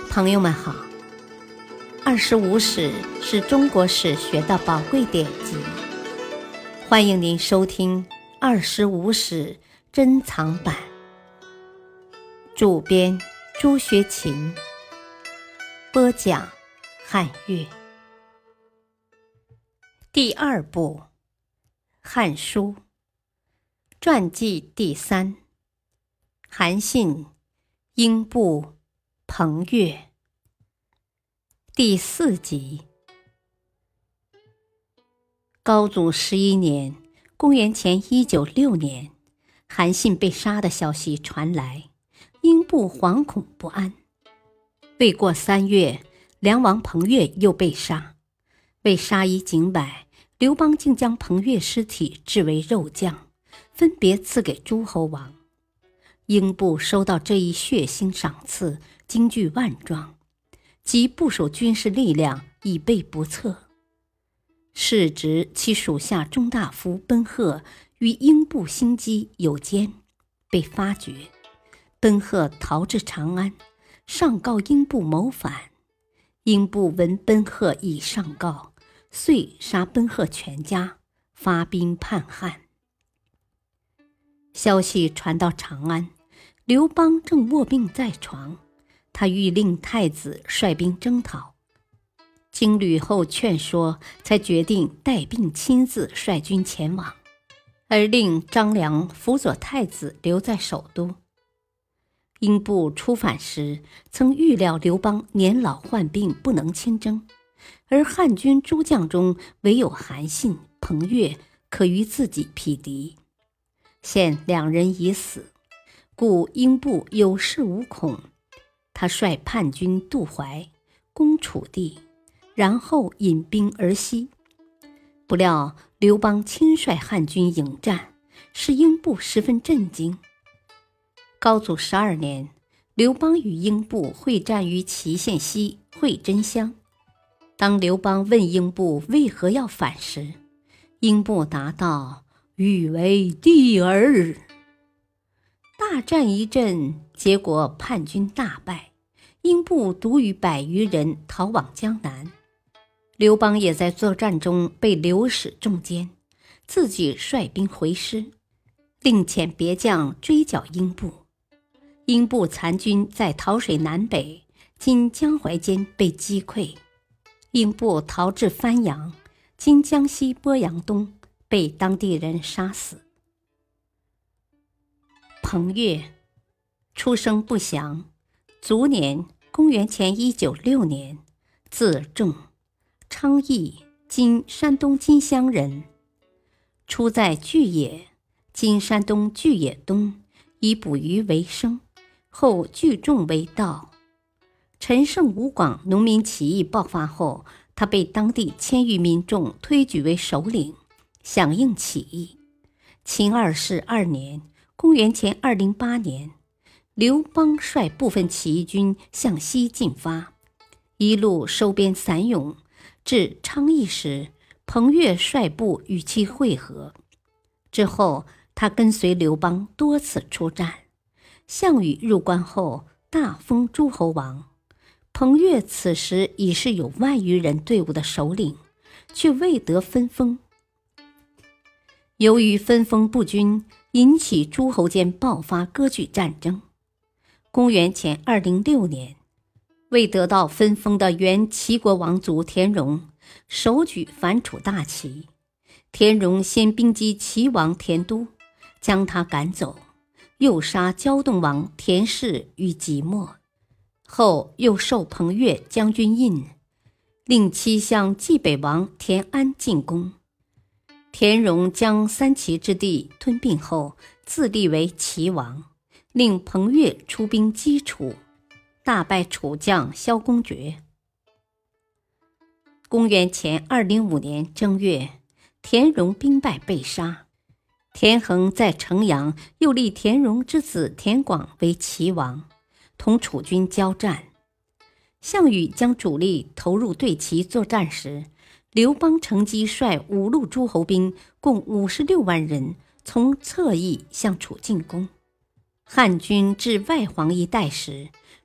朋友们好，25史是中国史学的宝贵典籍，欢迎您收听25史珍藏版。主编朱学勤，播讲汉乐。第二部，汉书传记第3，韩信、英布、彭越。第4集。高祖11年，公元前196年，韩信被杀的消息传来，英布惶恐不安。未过3月，梁王彭越又被杀。为杀一儆百，刘邦竟将彭越尸体制为肉酱，分别赐给诸侯王。英布收到这一血腥赏赐，惊惧万状，即部署军事力量，以备不测。是值其属下中大夫奔赫与英布心机有奸，被发觉。奔赫逃至长安，上告英布谋反。英布闻奔赫已上告，遂杀奔赫全家，发兵叛汉。消息传到长安，刘邦正卧病在床，他欲令太子率兵征讨。经吕后劝说，才决定带病亲自率军前往，而令张良辅佐太子留在首都。英布出返时，曾预料刘邦年老患病，不能亲征，而汉军诸将中唯有韩信、彭越可与自己匹敌。现两人已死，故英布有恃无恐。他率叛军渡淮，攻楚地，然后引兵而西。不料刘邦亲率汉军迎战，使英布十分震惊。高祖12年，刘邦与英布会战于祁县西会真乡。当刘邦问英布为何要反时，英布答道：“欲为帝耳。”大战一阵，结果叛军大败，英布独与100余人逃往江南。刘邦也在作战中被刘使中箭，自己率兵回师，另遣别将追剿英布。英布残军在桃水南北今江淮间被击溃，英布逃至番阳今江西鄱阳东，被当地人杀死。彭越出生不详，卒年公元前196年，字仲，昌邑今山东金乡人。出在巨野今山东巨野东，以捕鱼为生，后聚众为盗。陈胜吴广农民起义爆发后，他被当地1000余民众推举为首领，响应起义。秦二世2年，公元前208年，刘邦率部分起义军向西进发，一路收编散勇，至昌邑时，彭越率部与其会合。之后他跟随刘邦多次出战。项羽入关后，大封诸侯王。彭越此时已是有1万余人队伍的首领，却未得分封。由于分封不均，引起诸侯间爆发割据战争。公元前206年，未得到分封的原齐国王族田荣手举反楚大旗。田荣先兵击齐王田都，将他赶走，又杀胶东王田氏于即墨，后又授彭越将军印，令其乡冀北王田安进攻。田荣将3齐之地吞并后，自立为齐王，令彭越出兵击楚，大败楚将萧公爵。公元前205年正月，田荣兵败被杀。田横在城阳又立田荣之子田广为齐王，同楚军交战。项羽将主力投入对齐作战时，刘邦乘机率5路诸侯兵共56万人从侧翼向楚进攻。汉军至外黄一带时，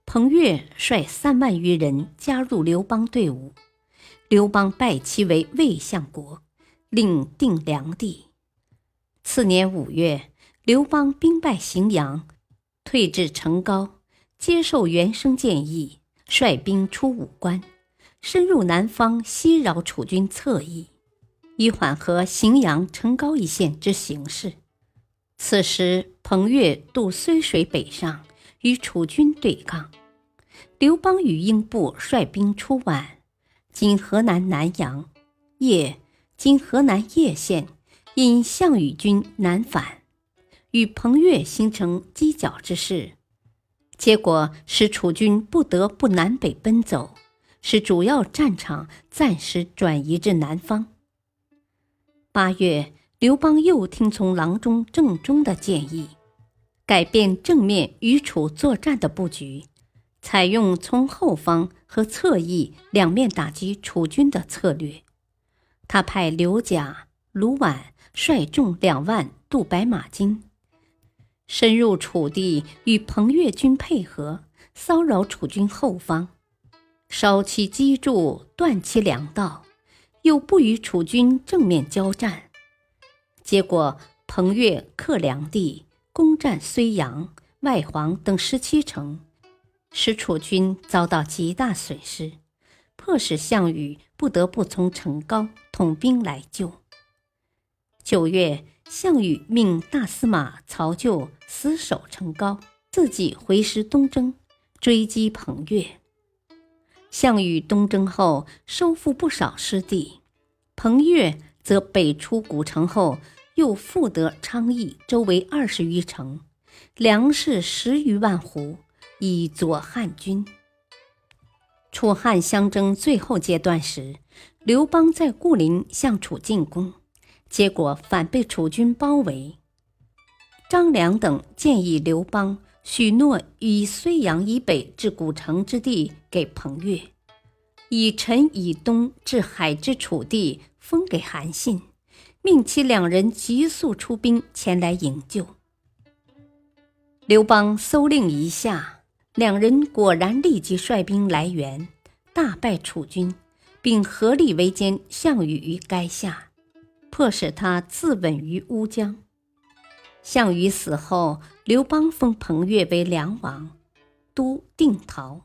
彭越率3万余人加入刘邦队伍，刘邦拜其为魏相国，另定梁地。次年5月，刘邦兵败荥阳，退至成皋，接受袁生建议，率兵出武关，深入南方，西扰楚军侧翼，以缓和荥阳、成皋一线之形势。此时，彭越渡睢水北上，与楚军对抗。刘邦与英布率兵出宛，今河南南阳；邺，今河南叶县，因项羽军南返，与彭越形成犄角之势。结果使楚军不得不南北奔走，使主要战场暂时转移至南方。8月，刘邦又听从郎中郑忠的建议，改变正面与楚作战的布局，采用从后方和侧翼两面打击楚军的策略。他派刘贾、卢绾率众2万渡白马津，深入楚地，与彭越军配合，骚扰楚军后方，烧其机杼，断其粮道，又不与楚军正面交战。结果彭越克梁地，攻占睢阳、外黄等17城，使楚军遭到极大损失，迫使项羽不得不从成皋统兵来救。9月，项羽命大司马曹咎死守成皋，自己回师东征，追击彭越。项羽东征后收复不少失地，彭越则北出古城后，又复得昌邑周围20余城，粮食10余万斛，以佐汉军。楚汉相争最后阶段时，刘邦在固陵向楚进攻，结果反被楚军包围。张良等建议刘邦许诺以睢阳以北至古城之地给彭越，以陈以东至海之楚地封给韩信，命其2人急速出兵前来营救。刘邦搜令一下，2人果然立即率兵来援，大败楚军，并合力围歼项羽于垓下，迫使他自刎于乌江。项羽死后，刘邦封彭越为梁王，都定陶。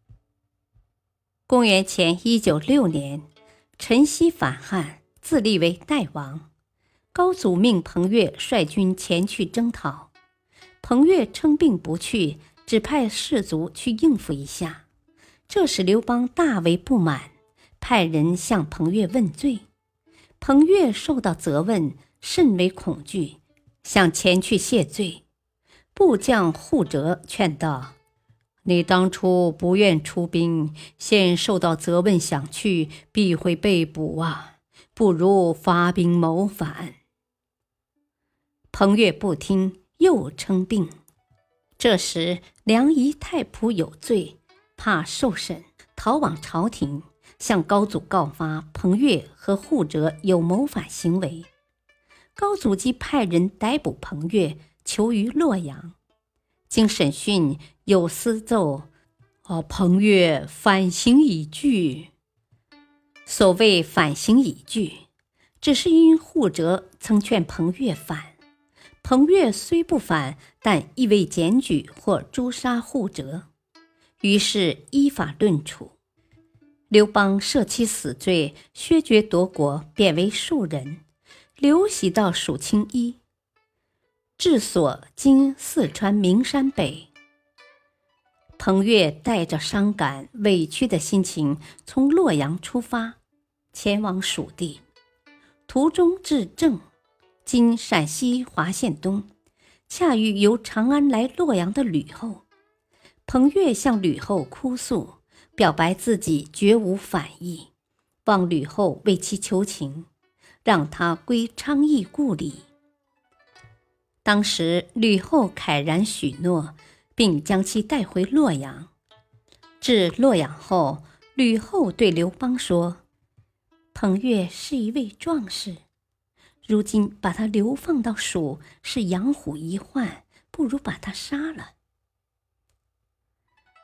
公元前196年，陈豨反汉，自立为代王。高祖命彭越率军前去征讨，彭越称病不去，只派士卒去应付一下，这使刘邦大为不满，派人向彭越问罪。彭越受到责问，甚为恐惧，想前去谢罪。部将护哲劝道：“你当初不愿出兵，现受到责问想去，必会被捕啊，不如发兵谋反。”彭越不听，又称病。这时梁仪太仆有罪，怕受审，逃往朝廷，向高祖告发彭越和护哲有谋反行为。高祖即派人逮捕彭越，囚于洛阳。经审讯，有司奏：“彭越反行已据。”所谓反行已据，只是因护哲曾劝彭越反，彭越虽不反，但亦未检举或诛杀护哲，于是依法论处。刘邦赦其死罪，削爵夺国，贬为庶人，流徙到蜀青衣，治所今四川名山北。彭越带着伤感委屈的心情从洛阳出发，前往蜀地，途中至郑，今陕西华县东，恰遇由长安来洛阳的吕后。彭越向吕后哭诉，表白自己绝无反意，望吕后为其求情，让他归昌邑故里。当时吕后慨然许诺，并将其带回洛阳。至洛阳后，吕后对刘邦说：“彭越是一位壮士，如今把他流放到蜀是养虎一患，不如把他杀了。”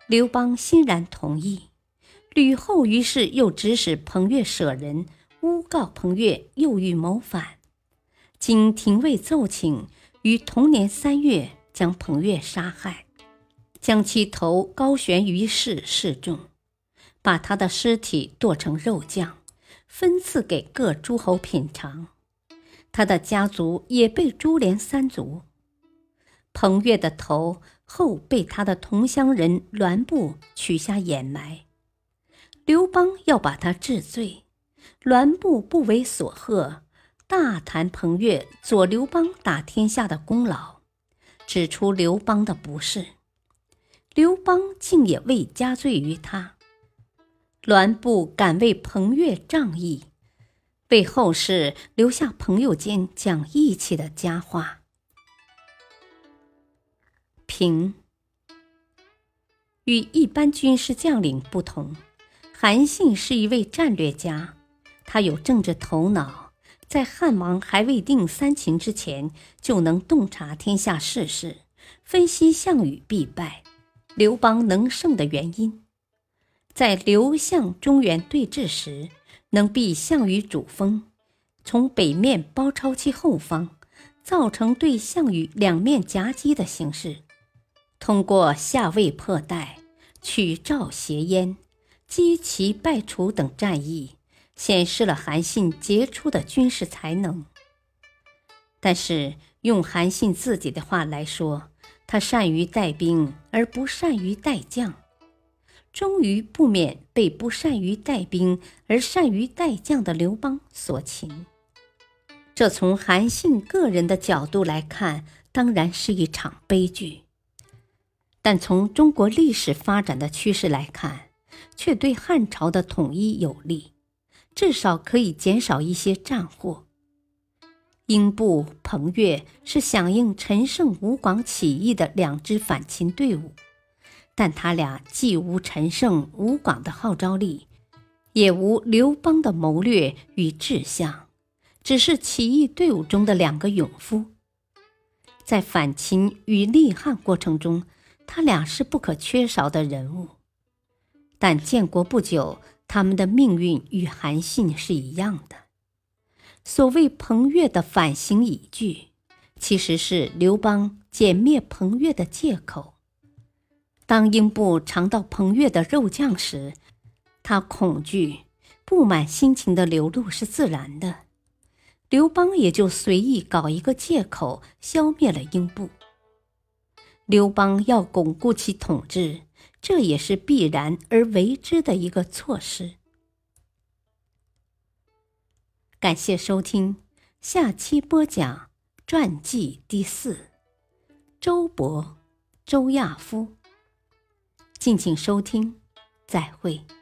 刘邦欣然同意。吕后于是又指使彭越舍人，诬告彭越诱欲谋反。经廷尉奏请，于同年3月将彭越杀害，将其头高悬于示众，把他的尸体剁成肉酱，分赐给各诸侯品尝。他的家族也被株连3族。彭越的头后被他的同乡人栾布取下掩埋。刘邦要把他治罪，栾布不为所贺，大谈彭越左刘邦打天下的功劳，指出刘邦的不是。刘邦竟也未加罪于他。栾布敢为彭越仗义，为后世留下朋友间讲义气的佳话。平与一般军事将领不同，韩信是一位战略家，他有政治头脑，在汉王还未定3秦之前，就能洞察天下世事，分析项羽必败，刘邦能胜的原因。在刘项中原对峙时，能避项羽主锋，从北面包抄其后方，造成对项羽两面夹击的形势。通过下魏破代、取赵挟燕、击齐败楚等战役，显示了韩信杰出的军事才能。但是用韩信自己的话来说，他善于带兵而不善于带将，终于不免被不善于带兵而善于带将的刘邦所擒。这从韩信个人的角度来看，当然是一场悲剧，但从中国历史发展的趋势来看，却对汉朝的统一有利，至少可以减少一些战祸。英布、彭越是响应陈胜、吴广起义的2支反秦队伍，但他俩既无陈胜、吴广的号召力，也无刘邦的谋略与志向，只是起义队伍中的2个勇夫。在反秦与立汉过程中，他俩是不可缺少的人物。但建国不久，他们的命运与韩信是一样的。所谓彭越的反形已具，其实是刘邦歼灭彭越的借口。当英布尝到彭越的肉酱时，他恐惧、不满心情的流露是自然的，刘邦也就随意搞一个借口消灭了英布。刘邦要巩固其统治，这也是必然而为之的一个措施。感谢收听，下期播讲传记第4，周勃、周亚夫。敬请收听，再会。